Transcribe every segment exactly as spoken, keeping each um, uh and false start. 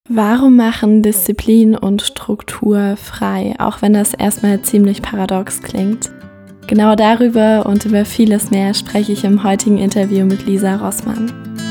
Warum machen Disziplin und Struktur frei, auch wenn das erstmal ziemlich paradox klingt? Genau darüber und über vieles mehr spreche ich im heutigen Interview mit Lisa Rossmann.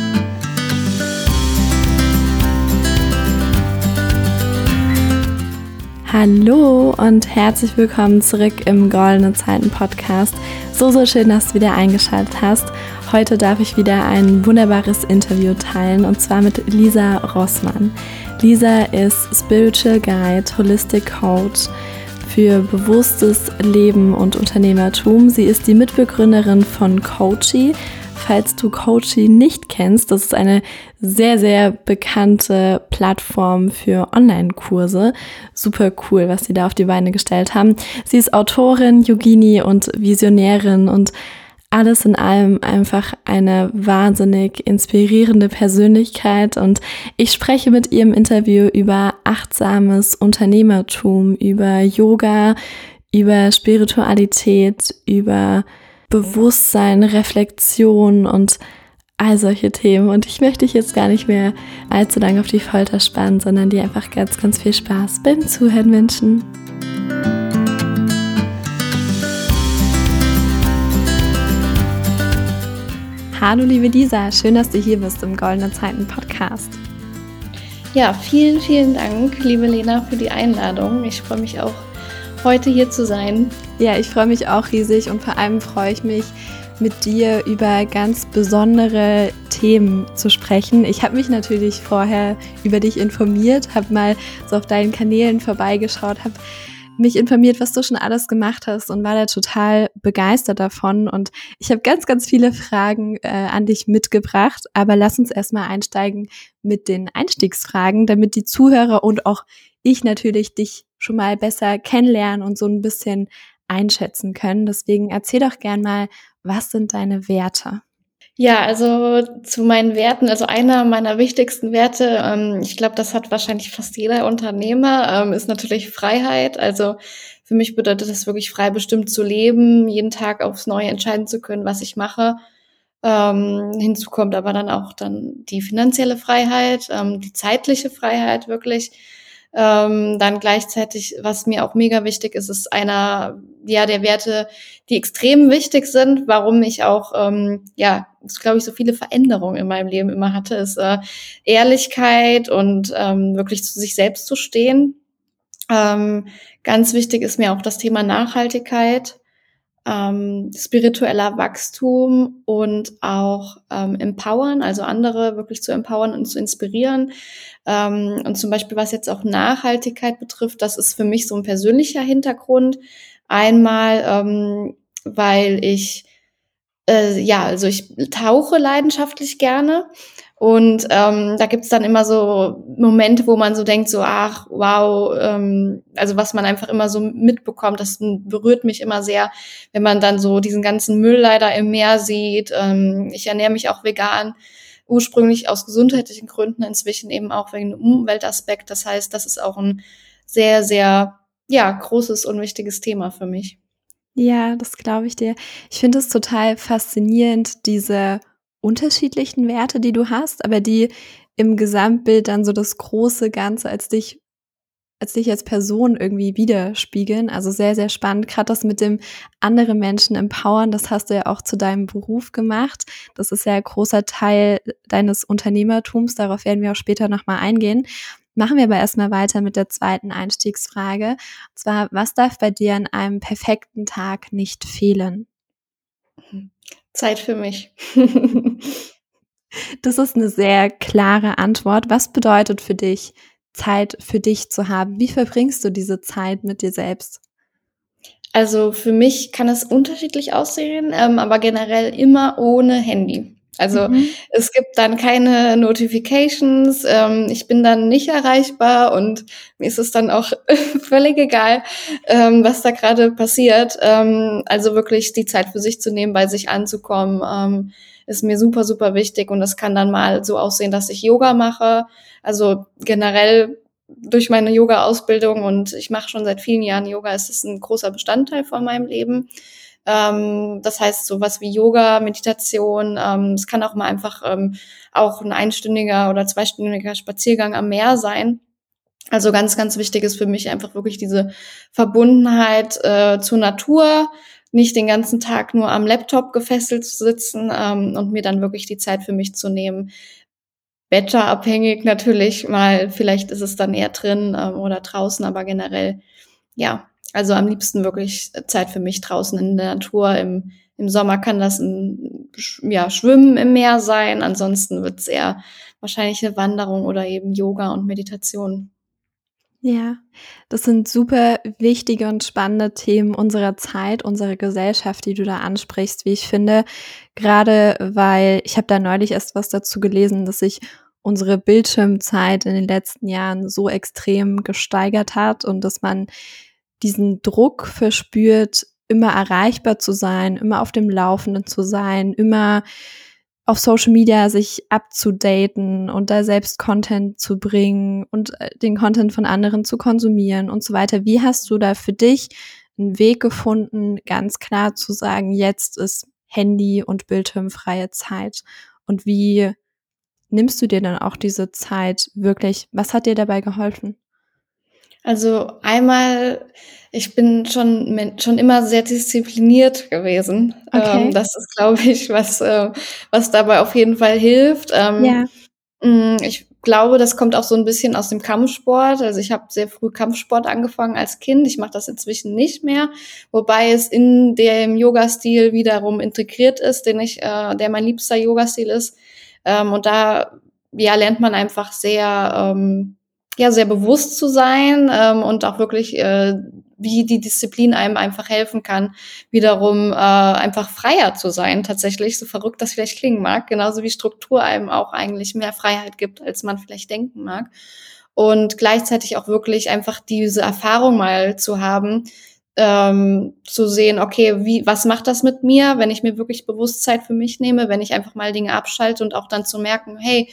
Hallo und herzlich willkommen zurück im Goldene Zeiten Podcast. So, so schön, dass du wieder eingeschaltet hast. Heute darf ich wieder ein wunderbares Interview teilen und zwar mit Lisa Rossmann. Lisa ist Spiritual Guide, Holistic Coach für bewusstes Leben und Unternehmertum. Sie ist die Mitbegründerin von Coachy. Falls du Coachy nicht kennst, das ist eine sehr, sehr bekannte Plattform für Online-Kurse. Super cool, was sie da auf die Beine gestellt haben. Sie ist Autorin, Yogini und Visionärin und alles in allem einfach eine wahnsinnig inspirierende Persönlichkeit. Und ich spreche mit ihr im Interview über achtsames Unternehmertum, über Yoga, über Spiritualität, über Bewusstsein, Reflexion und all solche Themen. Und ich möchte dich jetzt gar nicht mehr allzu lange auf die Folter spannen, sondern dir einfach ganz, ganz viel Spaß beim Zuhören wünschen. Hallo liebe Lisa, schön, dass du hier bist im Goldene Zeiten Podcast. Ja, vielen, vielen Dank, liebe Lena, für die Einladung. Ich freue mich auch, heute hier zu sein. Ja, ich freue mich auch riesig und vor allem freue ich mich, mit dir über ganz besondere Themen zu sprechen. Ich habe mich natürlich vorher über dich informiert, habe mal so auf deinen Kanälen vorbeigeschaut, habe mich informiert, was du schon alles gemacht hast und war da total begeistert davon. Und ich habe ganz, ganz viele Fragen äh, an dich mitgebracht, aber lass uns erstmal einsteigen mit den Einstiegsfragen, damit die Zuhörer und auch ich natürlich dich schon mal besser kennenlernen und so ein bisschen einschätzen können. Deswegen erzähl doch gern mal, was sind deine Werte? Ja, also zu meinen Werten, also einer meiner wichtigsten Werte, ähm, ich glaube, das hat wahrscheinlich fast jeder Unternehmer, ähm, ist natürlich Freiheit. Also für mich bedeutet das wirklich frei bestimmt zu leben, jeden Tag aufs Neue entscheiden zu können, was ich mache. Ähm, hinzu kommt aber dann auch dann die finanzielle Freiheit, ähm, die zeitliche Freiheit wirklich. Ähm, dann gleichzeitig, was mir auch mega wichtig ist, ist einer ja der Werte, die extrem wichtig sind, warum ich auch ähm, ja, glaube ich, so viele Veränderungen in meinem Leben immer hatte, ist äh, Ehrlichkeit und ähm, wirklich zu sich selbst zu stehen. Ähm, ganz wichtig ist mir auch das Thema Nachhaltigkeit, ähm, spiritueller Wachstum und auch ähm, empowern, also andere wirklich zu empowern und zu inspirieren. Ähm, und zum Beispiel, was jetzt auch Nachhaltigkeit betrifft, das ist für mich so ein persönlicher Hintergrund. Einmal, ähm, weil ich äh, ja, also ich tauche leidenschaftlich gerne und ähm, da gibt's dann immer so Momente, wo man so denkt, so ach, wow, ähm, also was man einfach immer so mitbekommt, das berührt mich immer sehr, wenn man dann so diesen ganzen Müll leider im Meer sieht. Ähm, ich ernähre mich auch vegan, ursprünglich aus gesundheitlichen Gründen, inzwischen eben auch wegen dem Umweltaspekt. Das heißt, das ist auch ein sehr, sehr, ja, großes und wichtiges Thema für mich. Ja, das glaube ich dir. Ich finde es total faszinierend, diese unterschiedlichen Werte, die du hast, aber die im Gesamtbild dann so das große Ganze als dich, als dich als Person irgendwie widerspiegeln. Also sehr, sehr spannend. Gerade das mit dem andere Menschen empowern, das hast du ja auch zu deinem Beruf gemacht. Das ist ja ein großer Teil deines Unternehmertums. Darauf werden wir auch später nochmal eingehen. Machen wir aber erstmal weiter mit der zweiten Einstiegsfrage. Und zwar, was darf bei dir an einem perfekten Tag nicht fehlen? Zeit für mich. Das ist eine sehr klare Antwort. Was bedeutet für dich, Zeit für dich zu haben? Wie verbringst du diese Zeit mit dir selbst? Also für mich kann es unterschiedlich aussehen, ähm, aber generell immer ohne Handy. Also Mhm. es gibt dann keine Notifications, ähm, ich bin dann nicht erreichbar und mir ist es dann auch völlig egal, ähm, was da gerade passiert. Ähm, also wirklich die Zeit für sich zu nehmen, bei sich anzukommen, ähm, ist mir super, super wichtig. Und das kann dann mal so aussehen, dass ich Yoga mache. Also generell durch meine Yoga-Ausbildung und ich mache schon seit vielen Jahren Yoga, ist das ein großer Bestandteil von meinem Leben. Ähm, das heißt sowas wie Yoga, Meditation. Ähm, es kann auch mal einfach ähm, auch ein einstündiger oder zweistündiger Spaziergang am Meer sein. Also ganz, ganz wichtig ist für mich einfach wirklich diese Verbundenheit äh, zur Natur, nicht den ganzen Tag nur am Laptop gefesselt zu sitzen ähm, und mir dann wirklich die Zeit für mich zu nehmen. Wetterabhängig natürlich, mal vielleicht ist es dann eher drin ähm, oder draußen, aber generell, ja, also am liebsten wirklich Zeit für mich draußen in der Natur. Im, im Sommer kann das ein ja, Schwimmen im Meer sein, ansonsten wird es eher wahrscheinlich eine Wanderung oder eben Yoga und Meditation. Ja, das sind super wichtige und spannende Themen unserer Zeit, unserer Gesellschaft, die du da ansprichst, wie ich finde. Gerade weil ich habe da neulich erst was dazu gelesen, dass sich unsere Bildschirmzeit in den letzten Jahren so extrem gesteigert hat und dass man diesen Druck verspürt, immer erreichbar zu sein, immer auf dem Laufenden zu sein, immer auf Social Media sich abzudaten und da selbst Content zu bringen und den Content von anderen zu konsumieren und so weiter. Wie hast du da für dich einen Weg gefunden, ganz klar zu sagen, jetzt ist Handy- und bildschirmfreie Zeit? Und wie nimmst du dir dann auch diese Zeit wirklich? Was hat dir dabei geholfen? Also einmal, ich bin schon men- schon immer sehr diszipliniert gewesen. Ähm, Okay. das ist, glaube ich, was äh, was dabei auf jeden Fall hilft. Ähm, Ja. mh, ich glaube, das kommt auch so ein bisschen aus dem Kampfsport. Also ich habe sehr früh Kampfsport angefangen als Kind. Ich mache das inzwischen nicht mehr, wobei es in dem Yoga-Stil wiederum integriert ist, den ich, äh, der mein liebster Yoga-Stil ist. Ähm, und da ja lernt man einfach sehr ähm, ja, sehr bewusst zu sein, ähm, und auch wirklich, äh, wie die Disziplin einem einfach helfen kann, wiederum äh, einfach freier zu sein, tatsächlich, so verrückt das vielleicht klingen mag, genauso wie Struktur einem auch eigentlich mehr Freiheit gibt, als man vielleicht denken mag. Und gleichzeitig auch wirklich einfach diese Erfahrung mal zu haben, ähm, zu sehen, okay, wie, was macht das mit mir, wenn ich mir wirklich bewusst Zeit für mich nehme, wenn ich einfach mal Dinge abschalte und auch dann zu merken, hey,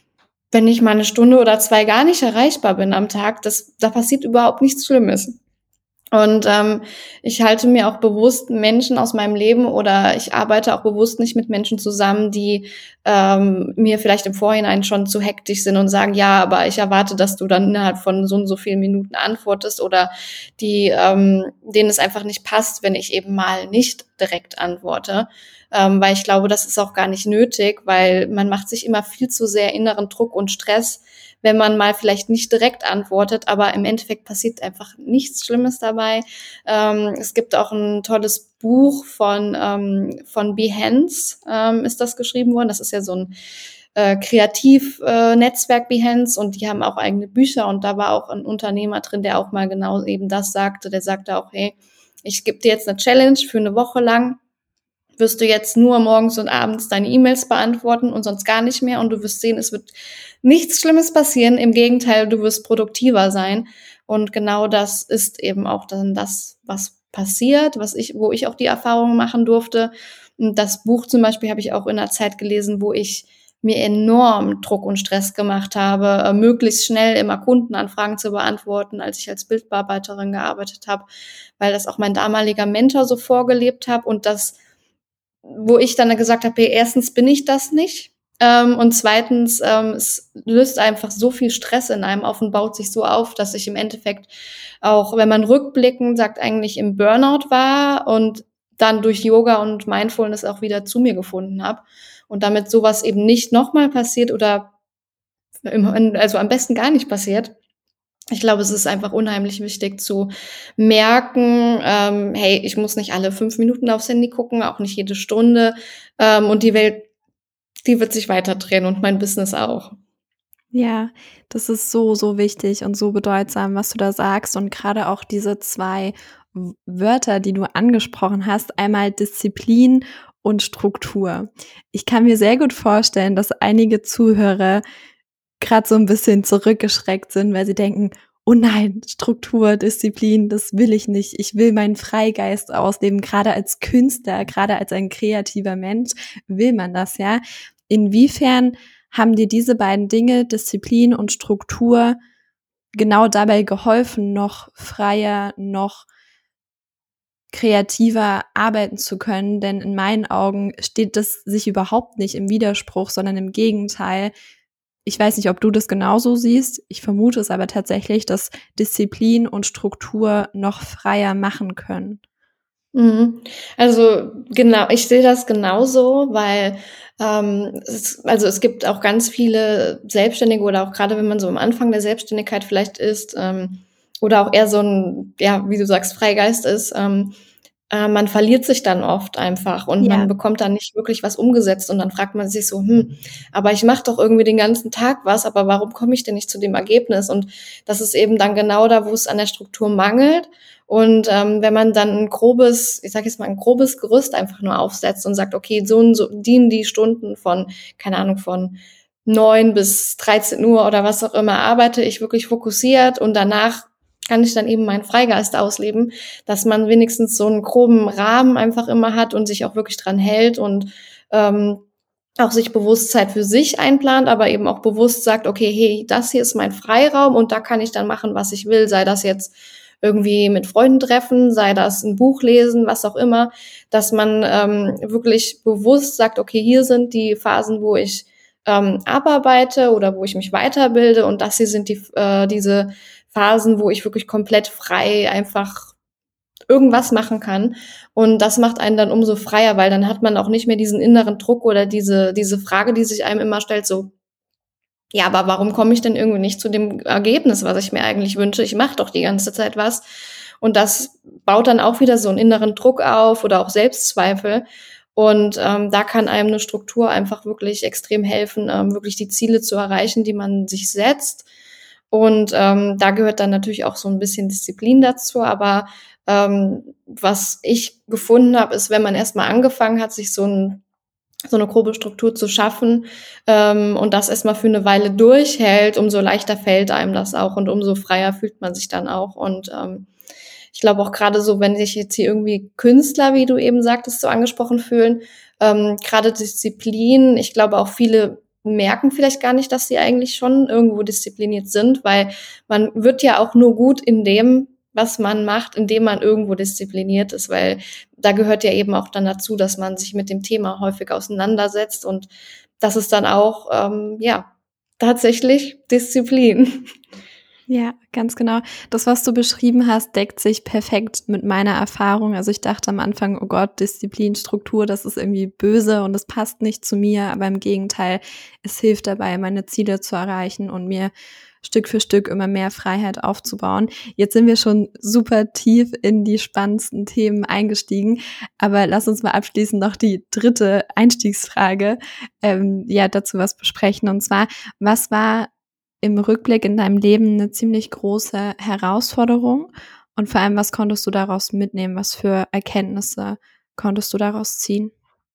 wenn ich mal eine Stunde oder zwei gar nicht erreichbar bin am Tag, das da passiert überhaupt nichts Schlimmes. Und ähm, ich halte mir auch bewusst Menschen aus meinem Leben oder ich arbeite auch bewusst nicht mit Menschen zusammen, die ähm, mir vielleicht im Vorhinein schon zu hektisch sind und sagen, ja, aber ich erwarte, dass du dann innerhalb von so und so vielen Minuten antwortest oder die, ähm, denen es einfach nicht passt, wenn ich eben mal nicht direkt antworte. Ähm, weil ich glaube, das ist auch gar nicht nötig, weil man macht sich immer viel zu sehr inneren Druck und Stress, wenn man mal vielleicht nicht direkt antwortet, aber im Endeffekt passiert einfach nichts Schlimmes dabei. Ähm, es gibt auch ein tolles Buch von, ähm, von Behance, ähm, ist das geschrieben worden. Das ist ja so ein äh, Kreativnetzwerk äh, Behance und die haben auch eigene Bücher und da war auch ein Unternehmer drin, der auch mal genau eben das sagte. Der sagte auch, hey, ich gebe dir jetzt eine Challenge für eine Woche lang, wirst du jetzt nur morgens und abends deine E-Mails beantworten und sonst gar nicht mehr und du wirst sehen, es wird nichts Schlimmes passieren. Im Gegenteil, du wirst produktiver sein. Und genau das ist eben auch dann das, was passiert, was ich, wo ich auch die Erfahrungen machen durfte. Und das Buch zum Beispiel habe ich auch in einer Zeit gelesen, wo ich mir enorm Druck und Stress gemacht habe, äh, möglichst schnell immer Kundenanfragen zu beantworten, als ich als Bildbearbeiterin gearbeitet habe, weil das auch mein damaliger Mentor so vorgelebt hat und das wo ich dann gesagt habe, hey, erstens bin ich das nicht. Ähm, und zweitens, ähm, es löst einfach so viel Stress in einem auf und baut sich so auf, dass ich im Endeffekt auch, wenn man rückblickend sagt, eigentlich im Burnout war und dann durch Yoga und Mindfulness auch wieder zu mir gefunden habe. Und damit sowas eben nicht nochmal passiert oder im, also am besten gar nicht passiert, ich glaube, es ist einfach unheimlich wichtig zu merken, ähm, hey, ich muss nicht alle fünf Minuten aufs Handy gucken, auch nicht jede Stunde. Ähm, und die Welt, die wird sich weiter drehen und mein Business auch. Ja, das ist so, so wichtig und so bedeutsam, was du da sagst. Und gerade auch diese zwei W- Wörter, die du angesprochen hast, einmal Disziplin und Struktur. Ich kann mir sehr gut vorstellen, dass einige Zuhörer gerade so ein bisschen zurückgeschreckt sind, weil sie denken, oh nein, Struktur, Disziplin, das will ich nicht. Ich will meinen Freigeist ausleben. Gerade als Künstler, gerade als ein kreativer Mensch will man das, ja. Inwiefern haben dir diese beiden Dinge, Disziplin und Struktur, genau dabei geholfen, noch freier, noch kreativer arbeiten zu können, denn in meinen Augen steht das sich überhaupt nicht im Widerspruch, sondern im Gegenteil. Ich weiß nicht, ob du das genauso siehst. Ich vermute es aber tatsächlich, dass Disziplin und Struktur noch freier machen können. Mhm. Also genau, ich sehe das genauso, weil ähm, es, also es gibt auch ganz viele Selbstständige oder auch gerade wenn man so am Anfang der Selbstständigkeit vielleicht ist ähm, oder auch eher so ein, ja, wie du sagst, Freigeist ist, ähm, äh, man verliert sich dann oft einfach und Ja. man bekommt dann nicht wirklich was umgesetzt und dann fragt man sich so, hm, aber ich mache doch irgendwie den ganzen Tag was, aber warum komme ich denn nicht zu dem Ergebnis? Und das ist eben dann genau da, wo es an der Struktur mangelt. Und ähm, wenn man dann ein grobes, ich sage jetzt mal ein grobes Gerüst einfach nur aufsetzt und sagt, okay, so und so dienen die Stunden von, keine Ahnung, von neun bis dreizehn Uhr oder was auch immer, arbeite ich wirklich fokussiert und danach kann ich dann eben meinen Freigeist ausleben, dass man wenigstens so einen groben Rahmen einfach immer hat und sich auch wirklich dran hält und ähm, auch sich bewusst Zeit für sich einplant, aber eben auch bewusst sagt, okay, hey, das hier ist mein Freiraum und da kann ich dann machen, was ich will, sei das jetzt irgendwie mit Freunden treffen, sei das ein Buch lesen, was auch immer, dass man ähm, wirklich bewusst sagt, okay, hier sind die Phasen, wo ich ähm, abarbeite oder wo ich mich weiterbilde und das hier sind die äh, diese Phasen, wo ich wirklich komplett frei einfach irgendwas machen kann. Und das macht einen dann umso freier, weil dann hat man auch nicht mehr diesen inneren Druck oder diese, diese Frage, die sich einem immer stellt, so, ja, aber warum komme ich denn irgendwie nicht zu dem Ergebnis, was ich mir eigentlich wünsche? Ich mache doch die ganze Zeit was. Und das baut dann auch wieder so einen inneren Druck auf oder auch Selbstzweifel. Und ähm, da kann einem eine Struktur einfach wirklich extrem helfen, ähm, wirklich die Ziele zu erreichen, die man sich setzt. Und ähm, da gehört dann natürlich auch so ein bisschen Disziplin dazu. Aber ähm, was ich gefunden habe, ist, wenn man erstmal angefangen hat, sich so ein so eine grobe Struktur zu schaffen ähm, und das erstmal für eine Weile durchhält, umso leichter fällt einem das auch und umso freier fühlt man sich dann auch. Und ähm, ich glaube auch gerade so, wenn sich jetzt hier irgendwie Künstler, wie du eben sagtest, so angesprochen fühlen, ähm, gerade Disziplin, ich glaube auch viele merken vielleicht gar nicht, dass sie eigentlich schon irgendwo diszipliniert sind, weil man wird ja auch nur gut in dem, was man macht, indem man irgendwo diszipliniert ist, weil da gehört ja eben auch dann dazu, dass man sich mit dem Thema häufig auseinandersetzt und das ist dann auch, ähm, ja, tatsächlich Disziplin. Ja, ganz genau. Das, was du beschrieben hast, deckt sich perfekt mit meiner Erfahrung. Also ich dachte am Anfang, oh Gott, Disziplin, Struktur, das ist irgendwie böse und es passt nicht zu mir. Aber im Gegenteil, es hilft dabei, meine Ziele zu erreichen und mir Stück für Stück immer mehr Freiheit aufzubauen. Jetzt sind wir schon super tief in die spannendsten Themen eingestiegen. Aber lass uns mal abschließend noch die dritte Einstiegsfrage ähm, ja dazu was besprechen. Und zwar, was war im Rückblick in deinem Leben eine ziemlich große Herausforderung? Und vor allem, was konntest du daraus mitnehmen? Was für Erkenntnisse konntest du daraus ziehen?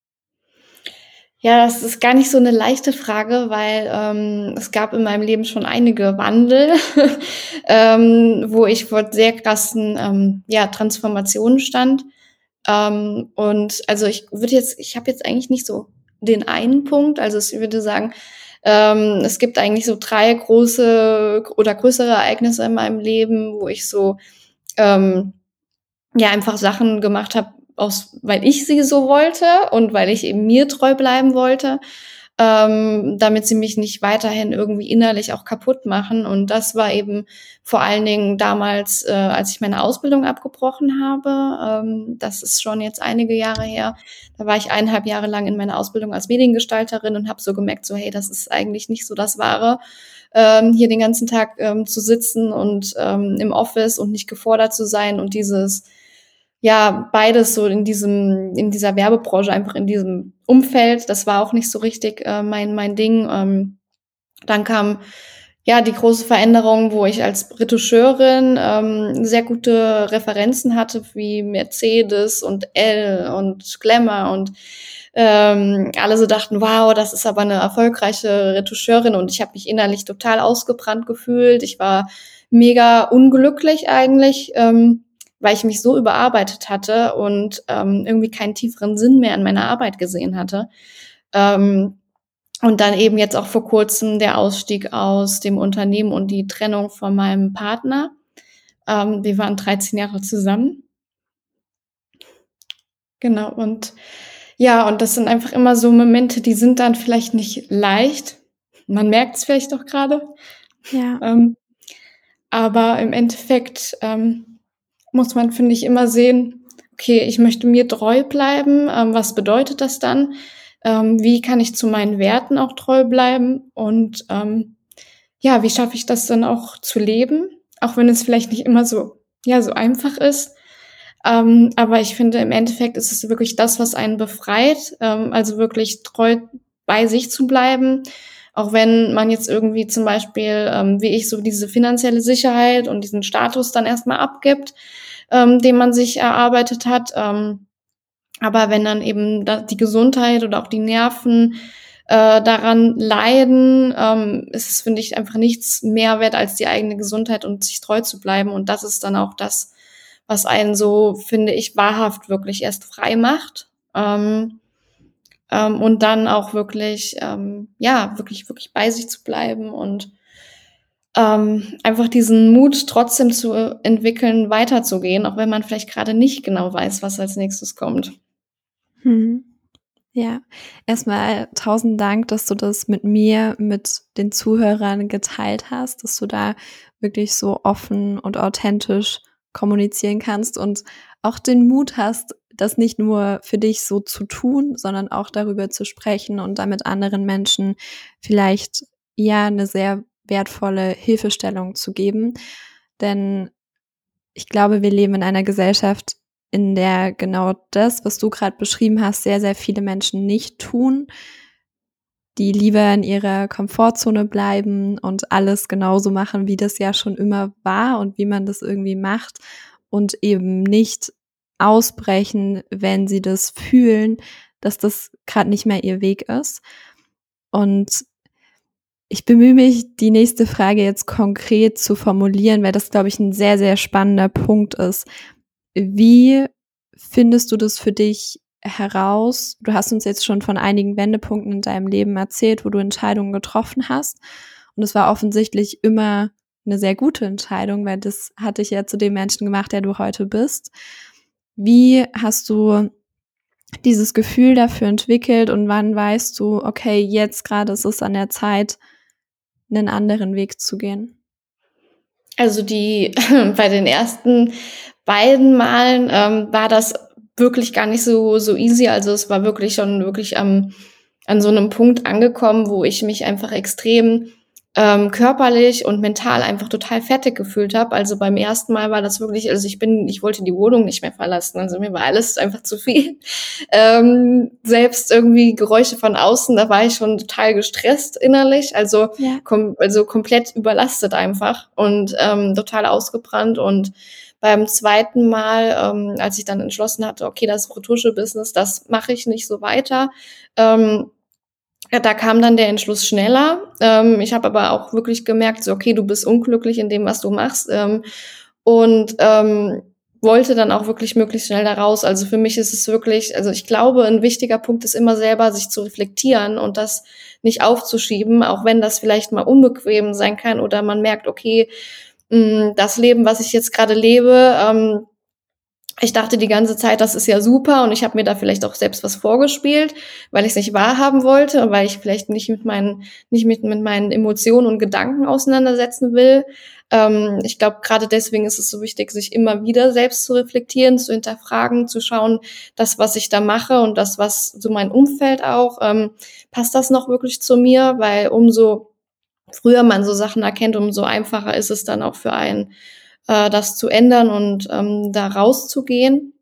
Ja, das ist gar nicht so eine leichte Frage, weil ähm, es gab in meinem Leben schon einige Wandel, ähm, wo ich vor sehr krassen ähm, ja, Transformationen stand. Ähm, und also ich würde jetzt, ich habe jetzt eigentlich nicht so den einen Punkt. Also ich würde sagen, ähm, es gibt eigentlich so drei große oder größere Ereignisse in meinem Leben, wo ich so ähm, ja einfach Sachen gemacht habe, aus, weil ich sie so wollte und weil ich eben mir treu bleiben wollte, ähm, damit sie mich nicht weiterhin irgendwie innerlich auch kaputt machen. Und das war eben vor allen Dingen damals, äh, als ich meine Ausbildung abgebrochen habe. Ähm, das ist schon jetzt einige Jahre her. Da war ich eineinhalb Jahre lang in meiner Ausbildung als Mediengestalterin und habe so gemerkt, so hey, das ist eigentlich nicht so das Wahre, ähm, hier den ganzen Tag ähm, zu sitzen und ähm, im Office und nicht gefordert zu sein und dieses ja, beides so in diesem, in dieser Werbebranche, einfach in diesem Umfeld. Das war auch nicht so richtig äh, mein, mein Ding. Ähm, dann kam ja die große Veränderung, wo ich als Retoucheurin ähm, sehr gute Referenzen hatte, wie Mercedes und Elle und Glamour und ähm, alle so dachten, wow, das ist aber eine erfolgreiche Retoucheurin und ich habe mich innerlich total ausgebrannt gefühlt. Ich war mega unglücklich eigentlich. Ähm, weil ich mich so überarbeitet hatte und ähm, irgendwie keinen tieferen Sinn mehr in meiner Arbeit gesehen hatte. Ähm, und dann eben jetzt auch vor kurzem der Ausstieg aus dem Unternehmen und die Trennung von meinem Partner. Ähm, wir waren dreizehn Jahre zusammen. Genau. Und ja, und das sind einfach immer so Momente, die sind dann vielleicht nicht leicht. Man merkt es vielleicht auch gerade. Ja. Ähm, aber im Endeffekt ähm, muss man, finde ich, immer sehen, okay, ich möchte mir treu bleiben. Ähm, was bedeutet das dann? Ähm, wie kann ich zu meinen Werten auch treu bleiben? Und ähm, ja, wie schaffe ich das dann auch zu leben? Auch wenn es vielleicht nicht immer so, ja, so einfach ist. Ähm, aber ich finde, im Endeffekt ist es wirklich das, was einen befreit, ähm, also wirklich treu bei sich zu bleiben. Auch wenn man jetzt irgendwie zum Beispiel, ähm, wie ich, so diese finanzielle Sicherheit und diesen Status dann erstmal abgibt, ähm, den man sich erarbeitet hat. Ähm, aber wenn dann eben da die Gesundheit oder auch die Nerven äh, daran leiden, ähm, ist es, finde ich, einfach nichts mehr wert als die eigene Gesundheit und sich treu zu bleiben. Und das ist dann auch das, was einen so, finde ich, wahrhaft wirklich erst frei macht. Ähm, ähm, und dann auch wirklich, ähm, ja, wirklich, wirklich bei sich zu bleiben und ähm, einfach diesen Mut trotzdem zu entwickeln, weiterzugehen, auch wenn man vielleicht gerade nicht genau weiß, was als nächstes kommt. Hm. Ja, erstmal tausend Dank, dass du das mit mir, mit den Zuhörern geteilt hast, dass du da wirklich so offen und authentisch kommunizieren kannst und auch den Mut hast, das nicht nur für dich so zu tun, sondern auch darüber zu sprechen und damit anderen Menschen vielleicht ja eine sehr wertvolle Hilfestellung zu geben. Denn ich glaube, wir leben in einer Gesellschaft, in der genau das, was du gerade beschrieben hast, sehr, sehr viele Menschen nicht tun, die lieber in ihrer Komfortzone bleiben und alles genauso machen, wie das ja schon immer war und wie man das irgendwie macht und eben nicht ausbrechen, wenn sie das fühlen, dass das gerade nicht mehr ihr Weg ist. Und ich bemühe mich, die nächste Frage jetzt konkret zu formulieren, weil das, glaube ich, ein sehr, sehr spannender Punkt ist. Wie findest du das für dich heraus? Du hast uns jetzt schon von einigen Wendepunkten in deinem Leben erzählt, wo du Entscheidungen getroffen hast. Und es war offensichtlich immer eine sehr gute Entscheidung, weil das hat dich ja zu dem Menschen gemacht, der du heute bist. Wie hast du dieses Gefühl dafür entwickelt und wann weißt du, okay, jetzt gerade ist es an der Zeit, einen anderen Weg zu gehen? Also die bei den ersten beiden Malen ähm, war das wirklich gar nicht so so easy. Also es war wirklich schon wirklich am an so einem Punkt angekommen, wo ich mich einfach extrem ähm, körperlich und mental einfach total fertig gefühlt habe. Also beim ersten Mal war das wirklich, also ich bin, ich wollte die Wohnung nicht mehr verlassen. Also mir war alles einfach zu viel. Ähm, selbst irgendwie Geräusche von außen, da war ich schon total gestresst innerlich. Also Ja. kom also komplett überlastet einfach und ähm, total ausgebrannt. Und beim zweiten Mal, ähm, als ich dann entschlossen hatte, okay, das Retusche-Business, das mache ich nicht so weiter, ähm, ja, da kam dann der Entschluss schneller. Ähm, ich habe aber auch wirklich gemerkt, so, okay, du bist unglücklich in dem, was du machst. Ähm, und ähm, wollte dann auch wirklich möglichst schnell da raus. Also für mich ist es wirklich, also ich glaube, ein wichtiger Punkt ist immer selber, sich zu reflektieren und das nicht aufzuschieben, auch wenn das vielleicht mal unbequem sein kann oder man merkt, okay, mh, das Leben, was ich jetzt gerade lebe, ähm, ich dachte die ganze Zeit, das ist ja super und ich habe mir da vielleicht auch selbst was vorgespielt, weil ich es nicht wahrhaben wollte und weil ich vielleicht nicht mit meinen nicht mit mit meinen Emotionen und Gedanken auseinandersetzen will. Ähm, ich glaube, gerade deswegen ist es so wichtig, sich immer wieder selbst zu reflektieren, zu hinterfragen, zu schauen, das, was ich da mache und das, was so mein Umfeld auch, ähm, passt das noch wirklich zu mir? Weil umso früher man so Sachen erkennt, umso einfacher ist es dann auch für einen, äh, das zu ändern und ähm, da rauszugehen.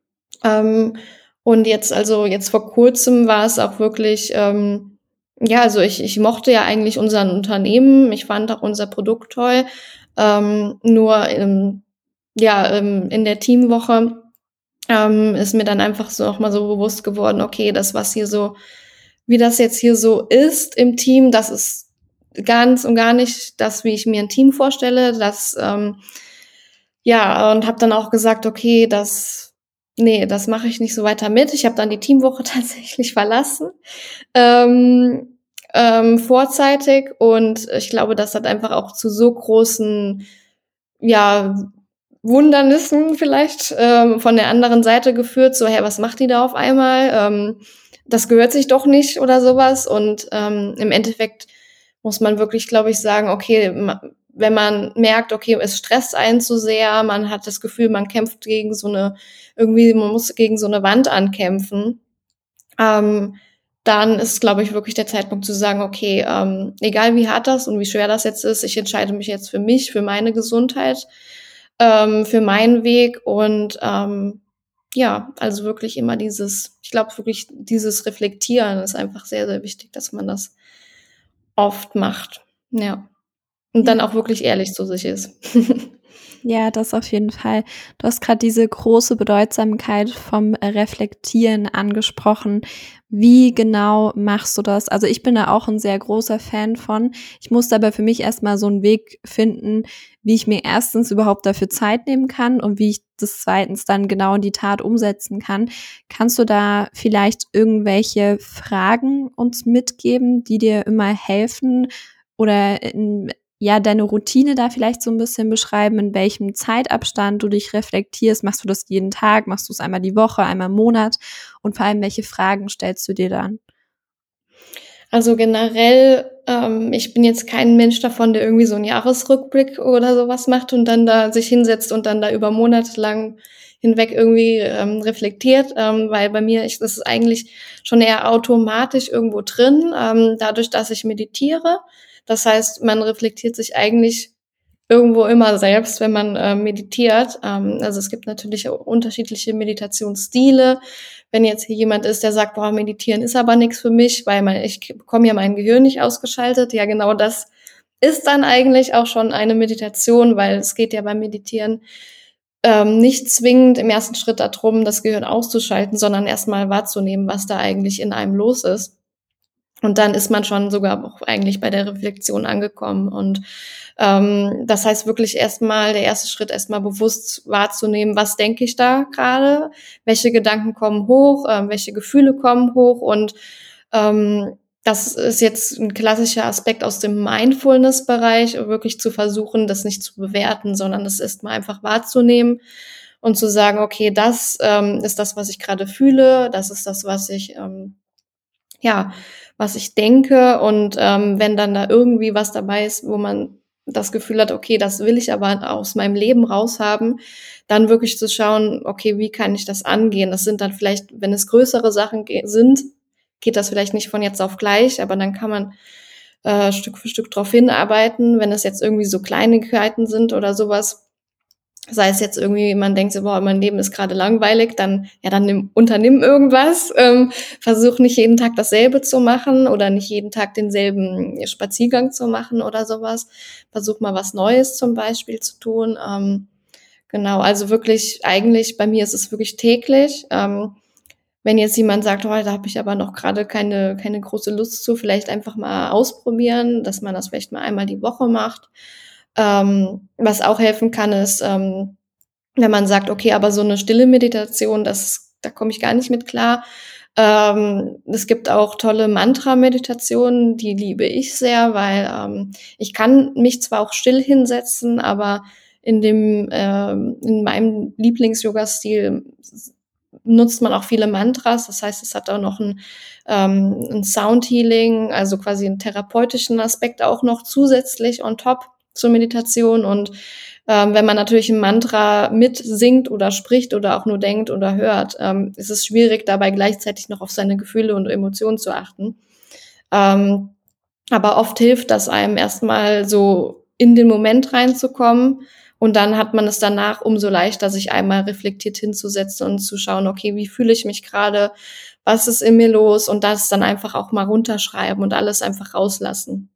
Ähm, und jetzt, also jetzt vor kurzem war es auch wirklich, ähm, ja, also ich, ich mochte ja eigentlich unseren Unternehmen, ich fand auch unser Produkt toll, ähm, nur ähm, ja, ähm, in der Teamwoche ähm, ist mir dann einfach so auch mal so bewusst geworden, okay, das, was hier so, wie das jetzt hier so ist im Team, das ist ganz und gar nicht das, wie ich mir ein Team vorstelle. Das ähm, ja, und habe dann auch gesagt, okay, das nee, das mache ich nicht so weiter mit. Ich habe dann die Teamwoche tatsächlich verlassen, ähm, ähm, vorzeitig und ich glaube, das hat einfach auch zu so großen, ja, Wundernissen vielleicht ähm, von der anderen Seite geführt, so, hey, was macht die da auf einmal? Ähm, das gehört sich doch nicht oder sowas. Und ähm, im Endeffekt muss man wirklich, glaube ich, sagen, okay, ma, wenn man merkt, okay, es stresst einen zu sehr, man hat das Gefühl, man kämpft gegen so eine, irgendwie, man muss gegen so eine Wand ankämpfen, ähm, dann ist, glaube ich, wirklich der Zeitpunkt zu sagen, okay, ähm, egal wie hart das und wie schwer das jetzt ist, ich entscheide mich jetzt für mich, für meine Gesundheit, ähm, für meinen Weg und ähm, ja, also wirklich immer dieses, ich glaube wirklich dieses Reflektieren ist einfach sehr, sehr wichtig, dass man das oft macht. Ja. Und dann Ja. auch wirklich ehrlich zu sich ist. Ja, das auf jeden Fall. Du hast gerade diese große Bedeutsamkeit vom Reflektieren angesprochen. Wie genau machst du das? Also ich bin da auch ein sehr großer Fan von. Ich musste aber für mich erstmal so einen Weg finden, wie ich mir erstens überhaupt dafür Zeit nehmen kann und wie ich das zweitens dann genau in die Tat umsetzen kann. Kannst du da vielleicht irgendwelche Fragen uns mitgeben, die dir immer helfen oder in ja, deine Routine da vielleicht so ein bisschen beschreiben, in welchem Zeitabstand du dich reflektierst? Machst du das jeden Tag? Machst du es einmal die Woche, einmal im Monat? Und vor allem, welche Fragen stellst du dir dann? Also generell, ähm, ich bin jetzt kein Mensch davon, der irgendwie so 'n Jahresrückblick oder so was macht und dann da sich hinsetzt und dann da über Monate lang hinweg irgendwie, ähm, reflektiert, ähm, weil bei mir ich das ist eigentlich schon eher automatisch irgendwo drin, ähm, dadurch, dass ich meditiere. Das heißt, man reflektiert sich eigentlich irgendwo immer selbst, wenn man, äh, meditiert. Ähm, also, es gibt natürlich auch unterschiedliche Meditationsstile. Wenn jetzt hier jemand ist, der sagt: „Boah, meditieren ist aber nix für mich, weil mein ich bekomme ja mein Gehirn nicht ausgeschaltet." Ja, genau das ist dann eigentlich auch schon eine Meditation, weil es geht ja beim Meditieren, ähm, nicht zwingend im ersten Schritt da drum, das Gehirn auszuschalten, sondern erst mal wahrzunehmen, was da eigentlich in einem los ist. Und dann ist man schon sogar auch eigentlich bei der Reflexion angekommen. Und ähm, das heißt wirklich erstmal, der erste Schritt erstmal bewusst wahrzunehmen, was denke ich da gerade, welche Gedanken kommen hoch, ähm, welche Gefühle kommen hoch. Und ähm, das ist jetzt ein klassischer Aspekt aus dem Mindfulness-Bereich, wirklich zu versuchen, das nicht zu bewerten, sondern das erstmal einfach wahrzunehmen und zu sagen, okay, das ähm, ist das, was ich gerade fühle, das ist das, was ich ähm, ja, was ich denke und, ähm, wenn dann da irgendwie was dabei ist, wo man das Gefühl hat: „Okay, das will ich aber aus meinem Leben raushaben", dann wirklich zu schauen: „Okay, wie kann ich das angehen?" Das sind dann vielleicht, wenn es größere Sachen ge sind, geht das vielleicht nicht von jetzt auf gleich, aber dann kann man, äh, Stück für Stück drauf hinarbeiten. Wenn es jetzt irgendwie so Kleinigkeiten sind oder sowas, sei es jetzt irgendwie, man denkt so: „Boah, mein Leben ist gerade langweilig", dann ja, dann nimm unternimm irgendwas. Ähm, versuch nicht jeden Tag dasselbe zu machen oder nicht jeden Tag denselben Spaziergang zu machen oder sowas. Versuch mal was Neues zum Beispiel zu tun. Ähm, genau, also wirklich eigentlich bei mir ist es wirklich täglich. Ähm, wenn jetzt jemand sagt: „Oh, da habe ich aber noch gerade keine keine große Lust zu", vielleicht einfach mal ausprobieren, dass man das vielleicht mal einmal die Woche macht. Ähm, was auch helfen kann, ist, ähm, wenn man sagt: „Okay, aber so 'ne stille Meditation, das da komme ich gar nicht mit klar." Ähm, es gibt auch tolle Mantra-Meditationen, die liebe ich sehr, weil, ähm, ich kann mich zwar auch still hinsetzen, aber in dem ähm, in meinem Lieblings-Yoga-Stil s nutzt man auch viele Mantras. Das heißt, es hat auch noch 'n ähm, 'n Sound-Healing, also quasi 'n therapeutischen Aspekt auch noch zusätzlich on top zur Meditation und ähm, wenn man natürlich ein Mantra mitsingt oder spricht oder auch nur denkt oder hört, ähm, ist es schwierig, dabei gleichzeitig noch auf seine Gefühle und Emotionen zu achten. Ähm, aber oft hilft das einem erstmal so in den Moment reinzukommen und dann hat man es danach umso leichter, sich einmal reflektiert hinzusetzen und zu schauen: „Okay, wie fühle ich mich gerade? Was ist in mir los?" Und das dann einfach auch mal runterschreiben und alles einfach rauslassen.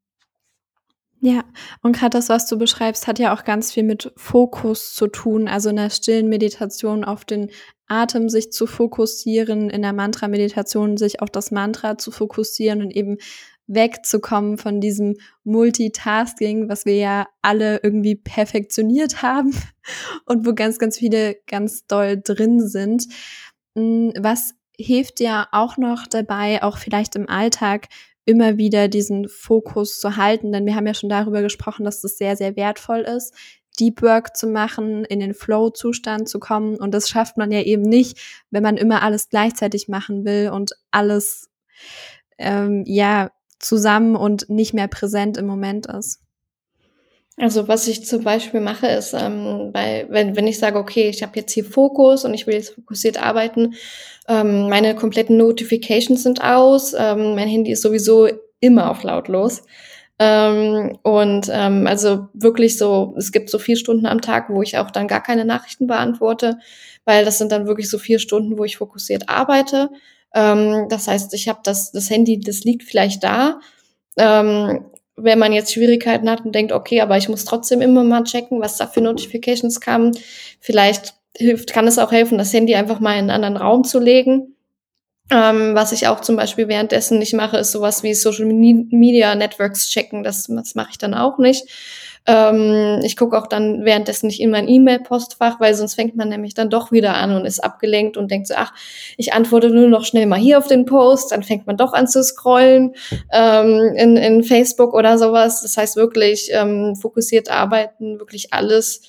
Ja, und gerade das, was du beschreibst, hat ja auch ganz viel mit Fokus zu tun. Also in der stillen Meditation auf den Atem sich zu fokussieren, in der Mantra-Meditation sich auf das Mantra zu fokussieren und eben wegzukommen von diesem Multitasking, was wir ja alle irgendwie perfektioniert haben und wo ganz, ganz viele ganz doll drin sind. Hm, was hilft dir auch noch dabei, auch vielleicht im Alltag immer wieder diesen Fokus zu halten? Denn wir haben ja schon darüber gesprochen, dass das sehr, sehr wertvoll ist. Deep Work zu machen, in den Flow-Zustand zu kommen. Und das schafft man ja eben nicht, wenn man immer alles gleichzeitig machen will und alles ähm, ja zusammen und nicht mehr präsent im Moment ist. Also was ich zum Beispiel mache, ist, ähm, bei, wenn, wenn ich sage, okay, ich habe jetzt hier Fokus und ich will jetzt fokussiert arbeiten, ähm, meine kompletten Notifications sind aus, ähm, mein Handy ist sowieso immer auf lautlos. Ähm, und ähm, also wirklich so, es gibt so vier Stunden am Tag, wo ich auch dann gar keine Nachrichten beantworte, weil das sind dann wirklich so vier Stunden, wo ich fokussiert arbeite. Ähm, das heißt, ich habe das, das Handy, das liegt vielleicht da. Ähm, wenn man jetzt Schwierigkeiten hat und denkt, okay, aber ich muss trotzdem immer mal checken, was da für Notifications kamen, vielleicht hilft, kann es auch helfen, das Handy einfach mal in einen anderen Raum zu legen. Ähm, was ich auch zum Beispiel währenddessen nicht mache, ist sowas wie Social Media Networks checken. Das, das mache ich dann auch nicht. Ähm, ich gucke auch dann währenddessen nicht in mein E-Mail-Postfach, weil sonst fängt man nämlich dann doch wieder an und ist abgelenkt und denkt so, ach, ich antworte nur noch schnell mal hier auf den Post. Dann fängt man doch an zu scrollen ähm, in, in Facebook oder sowas. Das heißt wirklich ähm, fokussiert arbeiten, wirklich alles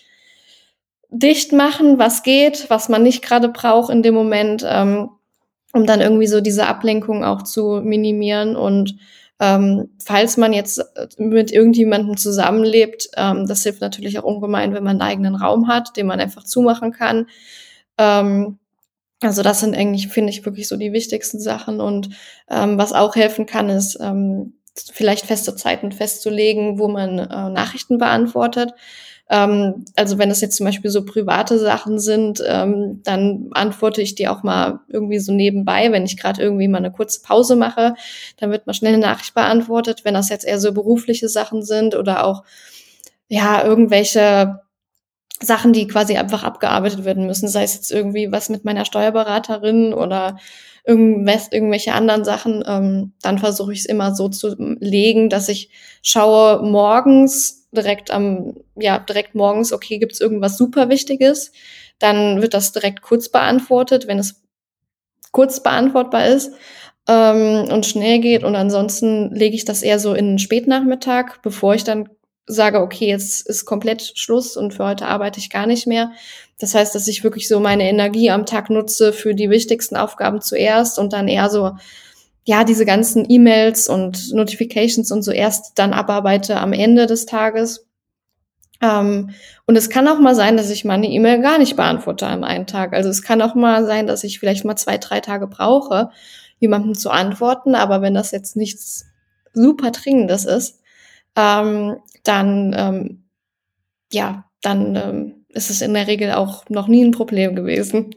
dicht machen, was geht, was man nicht gerade braucht in dem Moment. Ähm, um dann irgendwie so diese Ablenkung auch zu minimieren. Und ähm, falls man jetzt mit irgendjemandem zusammenlebt, ähm, das hilft natürlich auch ungemein, wenn man einen eigenen Raum hat, den man einfach zumachen kann. Ähm, also das sind eigentlich, finde ich, wirklich so die wichtigsten Sachen. Und ähm, was auch helfen kann, ist ähm, vielleicht feste Zeiten festzulegen, wo man äh, Nachrichten beantwortet. Ähm, also wenn es jetzt zum Beispiel so private Sachen sind, ähm, dann antworte ich die auch mal irgendwie so nebenbei, wenn ich gerade irgendwie mal eine kurze Pause mache, dann wird mal schnell eine Nachricht beantwortet. Wenn das jetzt eher so berufliche Sachen sind oder auch ja irgendwelche Sachen, die quasi einfach abgearbeitet werden müssen, sei es jetzt irgendwie was mit meiner Steuerberaterin oder irgendwas, irgendwelche anderen Sachen, ähm, dann versuche ich es immer so zu legen, dass ich schaue morgens direkt am, ja, direkt morgens, okay, gibt es irgendwas super Wichtiges, dann wird das direkt kurz beantwortet, wenn es kurz beantwortbar ist ähm, und schnell geht, und ansonsten lege ich das eher so in den Spätnachmittag, bevor ich dann sage, okay, jetzt ist komplett Schluss und für heute arbeite ich gar nicht mehr. Das heißt, dass ich wirklich so meine Energie am Tag nutze für die wichtigsten Aufgaben zuerst und dann eher so, ja, diese ganzen E-Mails und Notifications und so erst dann abarbeite am Ende des Tages. Ähm, und es kann auch mal sein, dass ich meine E-Mail gar nicht beantworte am einen Tag. Also es kann auch mal sein, dass ich vielleicht mal zwei, drei Tage brauche, jemandem zu antworten. Aber wenn das jetzt nichts super Dringendes ist, ähm, dann, ähm, ja, dann ähm, ist es in der Regel auch noch nie ein Problem gewesen.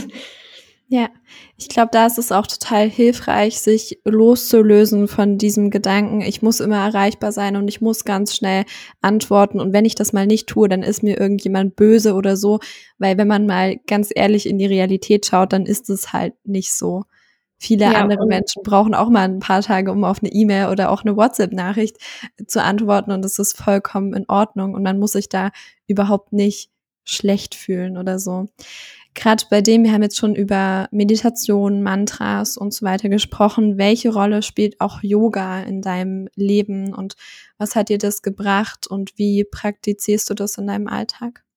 Ja, ich glaube, da ist es auch total hilfreich, sich loszulösen von diesem Gedanken, ich muss immer erreichbar sein und ich muss ganz schnell antworten, und wenn ich das mal nicht tue, dann ist mir irgendjemand böse oder so, weil wenn man mal ganz ehrlich in die Realität schaut, dann ist es halt nicht so. Viele Ja, andere und Menschen brauchen auch mal ein paar Tage, um auf eine E-Mail oder auch eine WhatsApp-Nachricht zu antworten, und das ist vollkommen in Ordnung und man muss sich da überhaupt nicht schlecht fühlen oder so. Gerade bei dem, wir haben jetzt schon über Meditation, Mantras und so weiter gesprochen. Welche Rolle spielt auch Yoga in deinem Leben und was hat dir das gebracht und wie praktizierst du das in deinem Alltag?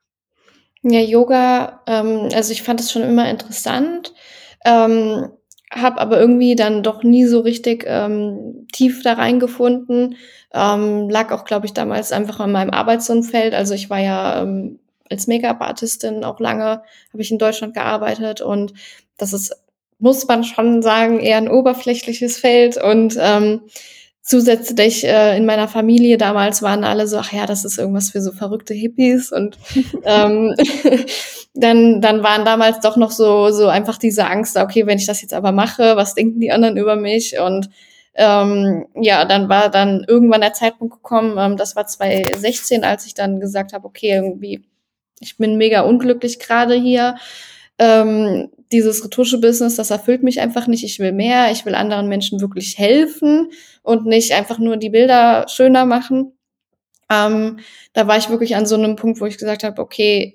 ja, Yoga, ähm, also ich fand es schon immer interessant, ähm, habe aber irgendwie dann doch nie so richtig ähm, tief da reingefunden. Ähm, lag auch, glaube ich, damals einfach an meinem Arbeitsumfeld. Also ich war ja ähm, als Make-up-Artistin auch lange, habe ich in Deutschland gearbeitet, und das ist, muss man schon sagen, eher ein oberflächliches Feld. Und ähm, zusätzlich äh, in meiner Familie damals waren alle so, ach ja, das ist irgendwas für so verrückte Hippies, und ähm, dann dann waren damals doch noch so so einfach diese Angst, okay, wenn ich das jetzt aber mache, was denken die anderen über mich? Und ähm, ja, dann war dann irgendwann der Zeitpunkt gekommen, ähm, das war zwanzig sechzehn, als ich dann gesagt habe, okay, irgendwie, ich bin mega unglücklich gerade hier. Ähm, dieses Retusche-Business, das erfüllt mich einfach nicht. Ich will mehr. Ich will anderen Menschen wirklich helfen und nicht einfach nur die Bilder schöner machen. Ähm, da war ich wirklich an so einem Punkt, wo ich gesagt habe, okay,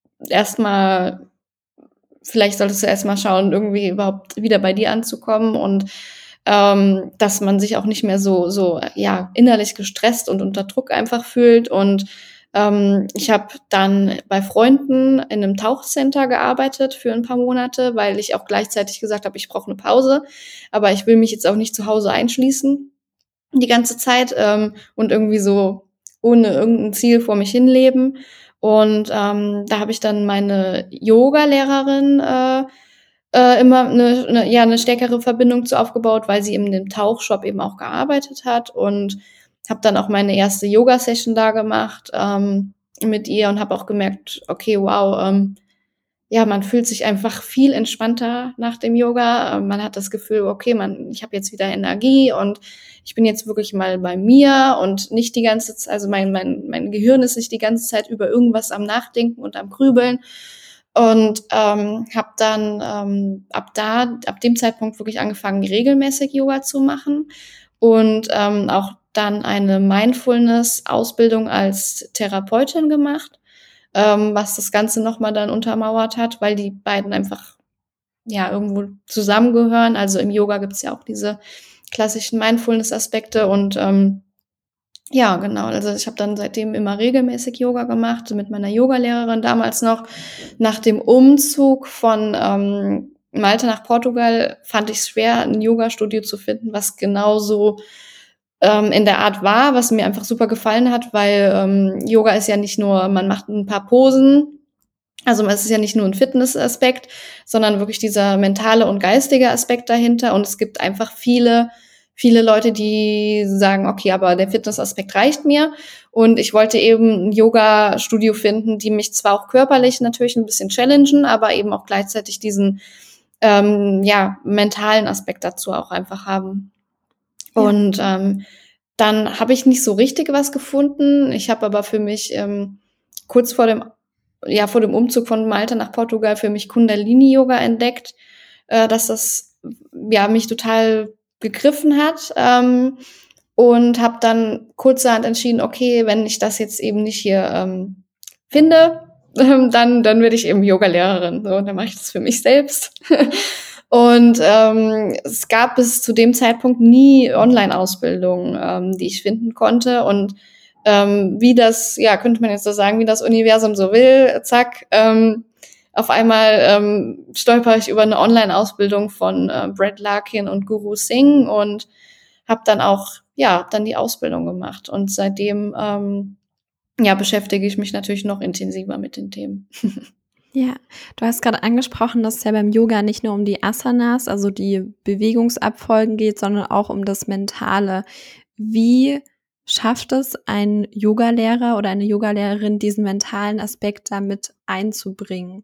erstmal, vielleicht solltest du erstmal schauen, irgendwie überhaupt wieder bei dir anzukommen, und ähm, dass man sich auch nicht mehr so, so, ja, innerlich gestresst und unter Druck einfach fühlt, und Ähm, ich habe dann bei Freunden in einem Tauchcenter gearbeitet für ein paar Monate, weil ich auch gleichzeitig gesagt habe, ich brauche eine Pause, aber ich will mich jetzt auch nicht zu Hause einschließen die ganze Zeit ähm, und irgendwie so ohne irgendein Ziel vor mich hinleben. Und ähm, da habe ich dann meine Yoga-Lehrerin äh, äh, immer eine, eine, ja, eine stärkere Verbindung zu aufgebaut, weil sie in dem Tauchshop eben auch gearbeitet hat und habe dann auch meine erste Yoga-Session da gemacht ähm, mit ihr und habe auch gemerkt, okay, wow, ähm, ja, man fühlt sich einfach viel entspannter nach dem Yoga. Ähm, man hat das Gefühl, okay, man, ich habe jetzt wieder Energie und ich bin jetzt wirklich mal bei mir und nicht die ganze Zeit, also mein, mein, mein Gehirn ist nicht die ganze Zeit über irgendwas am Nachdenken und am Grübeln. Und ähm, habe dann ähm, ab da, ab dem Zeitpunkt wirklich angefangen, regelmäßig Yoga zu machen und ähm, auch dann eine Mindfulness-Ausbildung als Therapeutin gemacht, ähm, was das Ganze nochmal dann untermauert hat, weil die beiden einfach ja irgendwo zusammengehören. Also im Yoga gibt's ja auch diese klassischen Mindfulness-Aspekte und ähm, ja, genau. Also ich habe dann seitdem immer regelmäßig Yoga gemacht, mit meiner Yogalehrerin damals noch. Nach dem Umzug von ähm, Malta nach Portugal fand ich es schwer, ein Yoga-Studio zu finden, was genauso ähm, in der Art war, was mir einfach super gefallen hat, weil ähm, Yoga ist ja nicht nur, man macht ein paar Posen, also es ist ja nicht nur ein Fitness-Aspekt, sondern wirklich dieser mentale und geistige Aspekt dahinter. Und es gibt einfach viele, viele Leute, die sagen, okay, aber der Fitness-Aspekt reicht mir. Und ich wollte eben ein Yoga-Studio finden, die mich zwar auch körperlich natürlich ein bisschen challengen, aber eben auch gleichzeitig diesen ähm, ja mentalen Aspekt dazu auch einfach haben. Ja. Und ähm, dann habe ich nicht so richtig was gefunden. Ich habe aber für mich ähm, kurz vor dem ja vor dem Umzug von Malta nach Portugal für mich Kundalini-Yoga entdeckt, äh, dass das ja mich total gegriffen hat ähm, und habe dann kurzerhand entschieden, okay, wenn ich das jetzt eben nicht hier ähm, finde, ähm, dann dann werde ich eben Yoga-Lehrerin. So, dann mache ich das für mich selbst. Und ähm, es gab bis zu dem Zeitpunkt nie Online-Ausbildung, ähm, die ich finden konnte. Und ähm, wie das, ja, könnte man jetzt so sagen, wie das Universum so will, zack, ähm, auf einmal ähm, stolper ich über eine Online-Ausbildung von äh, Brett Larkin und Guru Singh und habe dann auch, ja, dann die Ausbildung gemacht. Und seitdem, ähm, ja, beschäftige ich mich natürlich noch intensiver mit den Themen. Ja, du hast gerade angesprochen, dass es ja beim Yoga nicht nur um die Asanas, also die Bewegungsabfolgen geht, sondern auch um das Mentale. Wie schafft es ein Yogalehrer oder eine Yogalehrerin, diesen mentalen Aspekt damit einzubringen?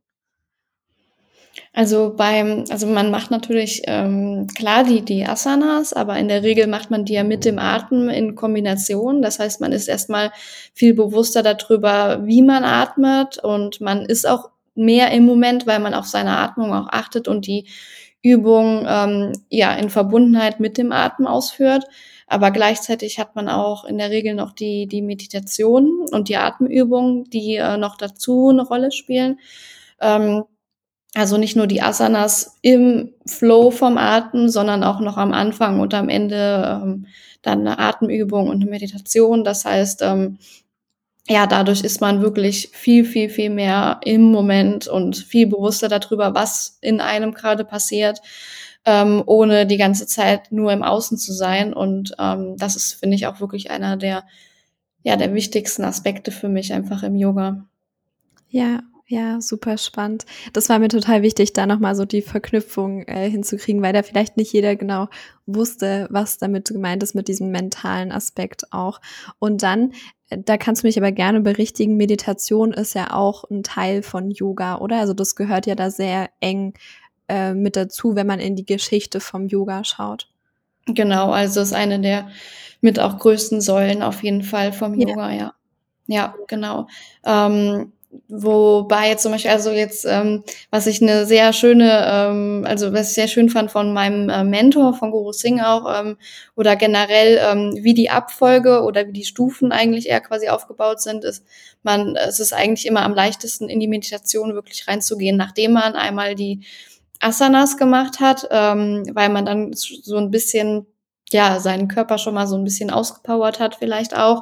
Also beim, also man macht natürlich ähm, klar die die Asanas, aber in der Regel macht man die ja mit dem Atem in Kombination. Das heißt, man ist erstmal viel bewusster darüber, wie man atmet und man ist auch mehr im Moment, weil man auf seine Atmung auch achtet und die Übung ähm, ja in Verbundenheit mit dem Atem ausführt. Aber gleichzeitig hat man auch in der Regel noch die die Meditation und die Atemübungen, die äh, noch dazu eine Rolle spielen. Ähm, also nicht nur die Asanas im Flow vom Atem, sondern auch noch am Anfang und am Ende ähm, dann eine Atemübung und eine Meditation. Das heißt, ähm, ja, dadurch ist man wirklich viel, viel, viel mehr im Moment und viel bewusster darüber, was in einem gerade passiert, ähm, ohne die ganze Zeit nur im Außen zu sein. Und ähm, das ist, finde ich, auch wirklich einer der, ja, der wichtigsten Aspekte für mich einfach im Yoga. Ja, ja, super spannend. Das war mir total wichtig, da nochmal so die Verknüpfung äh, hinzukriegen, weil da vielleicht nicht jeder genau wusste, was damit gemeint ist mit diesem mentalen Aspekt auch. Und dann, äh, da kannst du mich aber gerne berichtigen, Meditation ist ja auch ein Teil von Yoga, oder? Also das gehört ja da sehr eng äh, mit dazu, wenn man in die Geschichte vom Yoga schaut. Genau, also ist eine der mit auch größten Säulen auf jeden Fall vom Ja. Yoga, ja. Ja, genau. Ähm, wobei jetzt zum Beispiel, also jetzt, ähm, was ich eine sehr schöne, ähm, also was ich sehr schön fand von meinem äh, Mentor, von Guru Singh auch, ähm, oder generell, ähm, wie die Abfolge oder wie die Stufen eigentlich eher quasi aufgebaut sind, ist man, es ist eigentlich immer am leichtesten in die Meditation wirklich reinzugehen, nachdem man einmal die Asanas gemacht hat, ähm, weil man dann so ein bisschen, ja, seinen Körper schon mal so ein bisschen ausgepowert hat vielleicht auch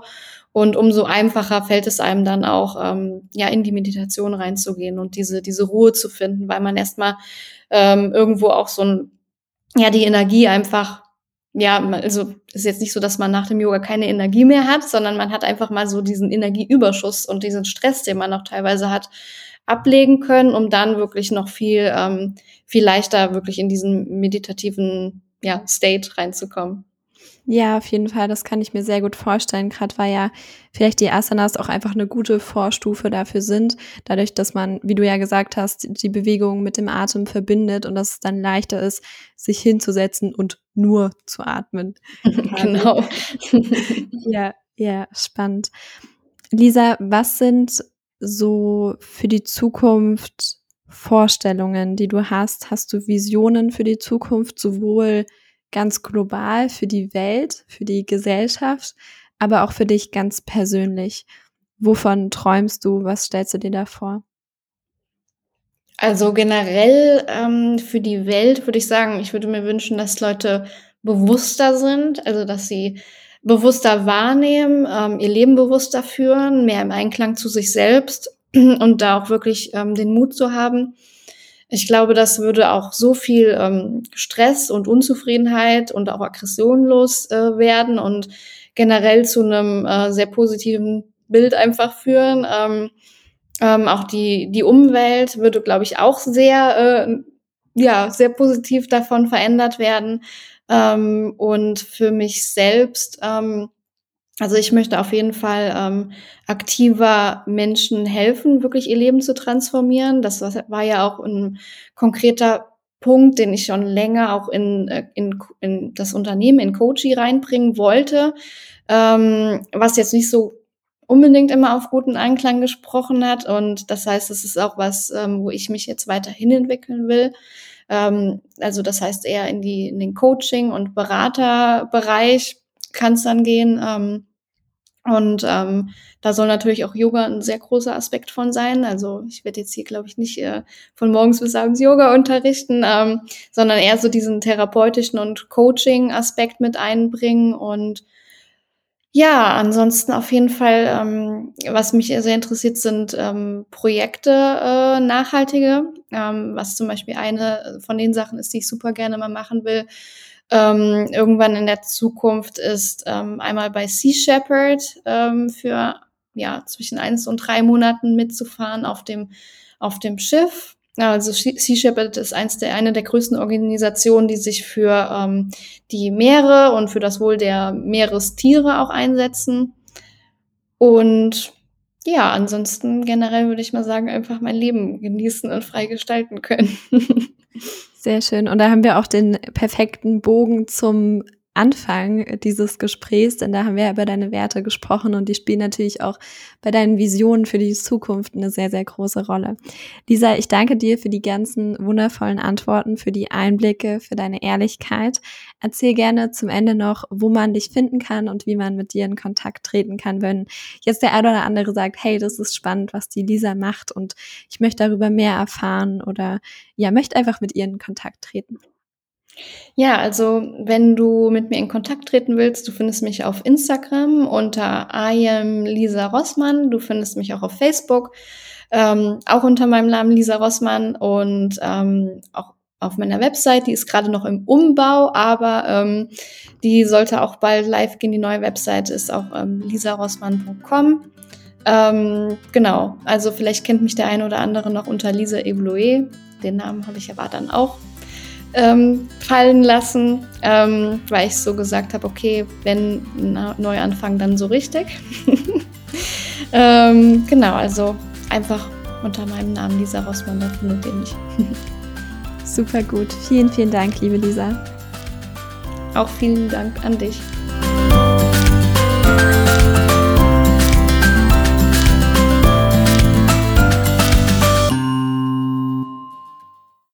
Und umso einfacher fällt es einem dann auch, ähm, ja, in die Meditation reinzugehen und diese, diese Ruhe zu finden, weil man erstmal ähm, irgendwo auch so ein, ja, die Energie einfach, ja, also ist jetzt nicht so, dass man nach dem Yoga keine Energie mehr hat, sondern man hat einfach mal so diesen Energieüberschuss und diesen Stress, den man auch teilweise hat, ablegen können, um dann wirklich noch viel, ähm, viel leichter wirklich in diesen meditativen, ja, State reinzukommen. Ja, auf jeden Fall, das kann ich mir sehr gut vorstellen, gerade weil ja vielleicht die Asanas auch einfach eine gute Vorstufe dafür sind, dadurch, dass man, wie du ja gesagt hast, die Bewegung mit dem Atem verbindet und dass es dann leichter ist, sich hinzusetzen und nur zu atmen. Genau. Ja, ja, spannend. Lisa, was sind so für die Zukunft Vorstellungen, die du hast? Hast du Visionen für die Zukunft, sowohl ganz global für die Welt, für die Gesellschaft, aber auch für dich ganz persönlich? Wovon träumst du? Was stellst du dir da vor? Also generell ähm, für die Welt würde ich sagen, ich würde mir wünschen, dass Leute bewusster sind, also dass sie bewusster wahrnehmen, ähm, ihr Leben bewusster führen, mehr im Einklang zu sich selbst und da auch wirklich ähm, den Mut zu haben. Ich glaube, das würde auch so viel ähm, Stress und Unzufriedenheit und auch Aggression los äh, werden und generell zu einem äh, sehr positiven Bild einfach führen. Ähm, ähm, auch die die Umwelt würde, glaube ich, auch sehr äh, ja sehr positiv davon verändert werden. Ähm, und für mich selbst, ähm, also ich möchte auf jeden Fall ähm, aktiver Menschen helfen, wirklich ihr Leben zu transformieren. Das war ja auch ein konkreter Punkt, den ich schon länger auch in, äh, in, in das Unternehmen, in Coachy reinbringen wollte, ähm, was jetzt nicht so unbedingt immer auf guten Anklang gesprochen hat. Und das heißt, es ist auch was, ähm, wo ich mich jetzt weiterhin entwickeln will. Ähm, also das heißt eher in die in den Coaching- und Beraterbereich kann es dann gehen. Ähm, und ähm, da soll natürlich auch Yoga ein sehr großer Aspekt von sein. Also ich werde jetzt hier, glaube ich, nicht äh, von morgens bis abends Yoga unterrichten, ähm, sondern eher so diesen therapeutischen und Coaching-Aspekt mit einbringen. Und ja, ansonsten auf jeden Fall, ähm, was mich sehr interessiert, sind ähm, Projekte, äh, nachhaltige, ähm, was zum Beispiel eine von den Sachen ist, die ich super gerne mal machen will, ähm, irgendwann in der Zukunft ist ähm, einmal bei Sea Shepherd ähm, für ja zwischen eins und drei Monaten mitzufahren auf dem auf dem Schiff. Ja, also Sea Shepherd ist eins der eine der größten Organisationen, die sich für ähm, die Meere und für das Wohl der Meerestiere auch einsetzen. Und ja, ansonsten generell würde ich mal sagen, einfach mein Leben genießen und frei gestalten können. Sehr schön. Und da haben wir auch den perfekten Bogen zum Anfang dieses Gesprächs, denn da haben wir ja über deine Werte gesprochen und die spielen natürlich auch bei deinen Visionen für die Zukunft eine sehr, sehr große Rolle. Lisa, ich danke dir für die ganzen wundervollen Antworten, für die Einblicke, für deine Ehrlichkeit. Erzähl gerne zum Ende noch, wo man dich finden kann und wie man mit dir in Kontakt treten kann, wenn jetzt der eine oder andere sagt, hey, das ist spannend, was die Lisa macht und ich möchte darüber mehr erfahren oder ja, möchte einfach mit ihr in Kontakt treten. Ja, also wenn du mit mir in Kontakt treten willst, du findest mich auf Instagram unter I am Lisa Rossmann. Du findest mich auch auf Facebook, ähm, auch unter meinem Namen Lisa Rossmann und ähm, auch auf meiner Website. Die ist gerade noch im Umbau, aber ähm, die sollte auch bald live gehen. Die neue Website ist auch ähm, lisa rossmann punkt com. Ähm, genau, also vielleicht kennt mich der eine oder andere noch unter Lisa Evolué. Den Namen habe ich aber dann auch Ähm, fallen lassen, ähm, weil ich so gesagt habe, okay, wenn ein Neuanfang, dann so richtig. ähm, genau, also einfach unter meinem Namen Lisa Rossmann, da findet ihr mich. Super gut. Vielen, vielen Dank, liebe Lisa. Auch vielen Dank an dich.